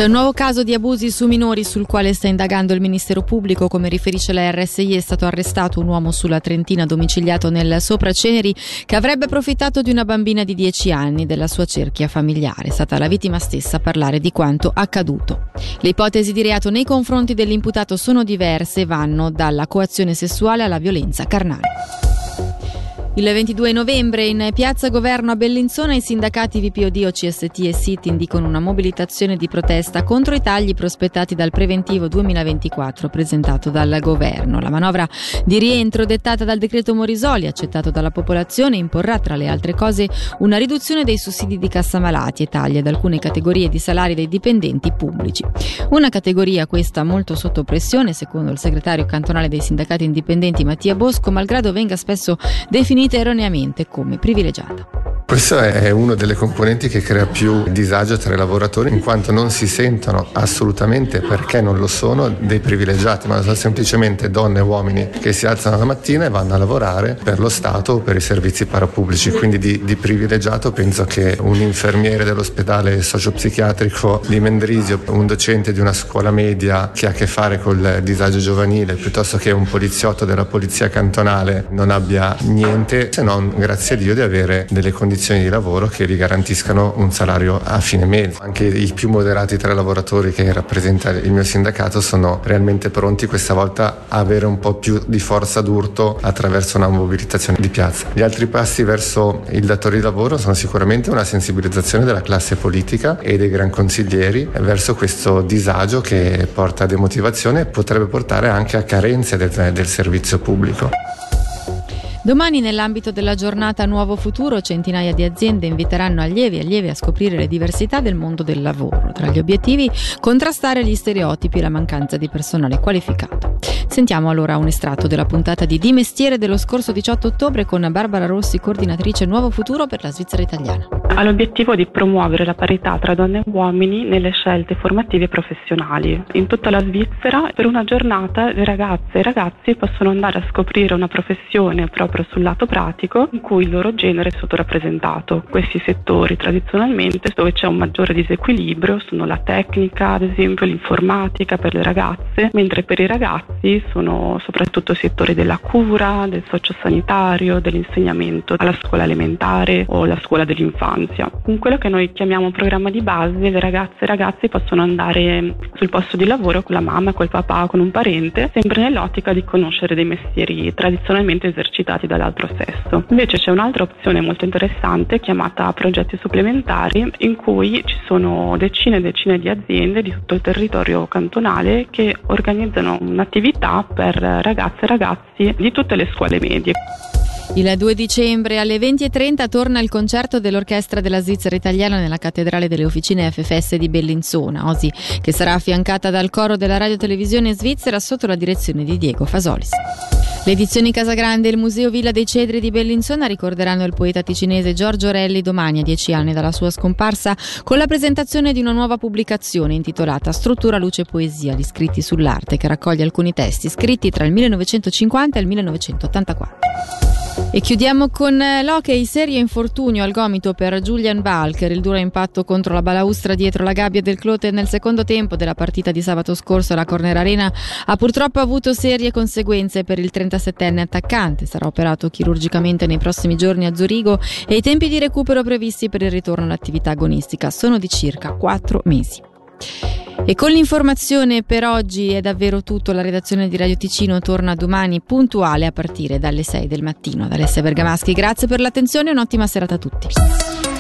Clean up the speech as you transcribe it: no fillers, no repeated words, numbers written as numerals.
C'è un nuovo caso di abusi su minori sul quale sta indagando il Ministero Pubblico. Come riferisce la RSI, è stato arrestato un uomo sulla Trentina domiciliato nel Sopraceneri che avrebbe approfittato di una bambina di 10 anni della sua cerchia familiare. È stata la vittima stessa a parlare di quanto accaduto. Le ipotesi di reato nei confronti dell'imputato sono diverse e vanno dalla coazione sessuale alla violenza carnale. Il 22 novembre in Piazza Governo a Bellinzona i sindacati VPOD, OCST e SIT indicano una mobilitazione di protesta contro i tagli prospettati dal preventivo 2024 presentato dal governo. La manovra di rientro dettata dal decreto Morisoli, accettato dalla popolazione, imporrà tra le altre cose una riduzione dei sussidi di cassa malati e tagli ad alcune categorie di salari dei dipendenti pubblici. Una categoria questa molto sotto pressione, secondo il segretario cantonale dei sindacati indipendenti Mattia Bosco, malgrado venga spesso definita erroneamente come privilegiata. Questo è una delle componenti che crea più disagio tra i lavoratori, in quanto non si sentono assolutamente, perché non lo sono, dei privilegiati, ma sono semplicemente donne e uomini che si alzano la mattina e vanno a lavorare per lo Stato o per i servizi parapubblici. Quindi di privilegiato penso che un infermiere dell'ospedale sociopsichiatrico di Mendrisio, un docente di una scuola media che ha a che fare col disagio giovanile, piuttosto che un poliziotto della polizia cantonale, non abbia niente, se non, grazie a Dio, di avere delle condizioni di lavoro che gli garantiscano un salario a fine mese. Anche i più moderati tra i lavoratori che rappresenta il mio sindacato sono realmente pronti questa volta a avere un po' più di forza d'urto attraverso una mobilitazione di piazza. Gli altri passi verso il datore di lavoro sono sicuramente una sensibilizzazione della classe politica e dei gran consiglieri verso questo disagio che porta a demotivazione e potrebbe portare anche a carenze del servizio pubblico. Domani, nell'ambito della giornata Nuovo Futuro, centinaia di aziende inviteranno allievi e allievi a scoprire le diversità del mondo del lavoro. Tra gli obiettivi, contrastare gli stereotipi e la mancanza di personale qualificato. Sentiamo allora un estratto della puntata di Di Mestiere dello scorso 18 ottobre con Barbara Rossi, coordinatrice Nuovo Futuro per la Svizzera italiana. Ha l'obiettivo di promuovere la parità tra donne e uomini nelle scelte formative e professionali. In tutta la Svizzera, per una giornata, le ragazze e i ragazzi possono andare a scoprire una professione proprio sul lato pratico in cui il loro genere è sottorappresentato. Questi settori tradizionalmente dove c'è un maggiore disequilibrio sono la tecnica, ad esempio l'informatica per le ragazze, mentre per i ragazzi sono soprattutto i settori della cura, del sociosanitario, dell'insegnamento alla scuola elementare o alla scuola dell'infanzia. In quello che noi chiamiamo programma di base, le ragazze e i ragazzi possono andare sul posto di lavoro con la mamma, col papà, con un parente, sempre nell'ottica di conoscere dei mestieri tradizionalmente esercitati dall'altro sesso. Invece c'è un'altra opzione molto interessante chiamata progetti supplementari, in cui ci sono decine e decine di aziende di tutto il territorio cantonale che organizzano un'attività per ragazze e ragazzi di tutte le scuole medie. Il 2 dicembre alle 20:30 torna il concerto dell'Orchestra della Svizzera Italiana nella Cattedrale delle Officine FFS di Bellinzona, OSI, che sarà affiancata dal coro della radiotelevisione svizzera sotto la direzione di Diego Fasolis. Le edizioni Casagrande e il Museo Villa dei Cedri di Bellinzona ricorderanno il poeta ticinese Giorgio Orelli domani, a 10 anni dalla sua scomparsa, con la presentazione di una nuova pubblicazione intitolata Struttura, Luce e Poesia, gli scritti sull'arte, che raccoglie alcuni testi scritti tra il 1950 e il 1984. E chiudiamo con l'hockey, serio infortunio al gomito per Julian Walker. Il duro impatto contro la balaustra dietro la gabbia del Clote nel secondo tempo della partita di sabato scorso alla Corner Arena ha purtroppo avuto serie conseguenze per il 37enne attaccante. Sarà operato chirurgicamente nei prossimi giorni a Zurigo e i tempi di recupero previsti per il ritorno all'attività agonistica sono di circa 4 mesi. E con l'informazione per oggi è davvero tutto. La redazione di Radio Ticino torna domani puntuale a partire dalle 6 del mattino. Da Alessia Bergamaschi, grazie per l'attenzione e un'ottima serata a tutti.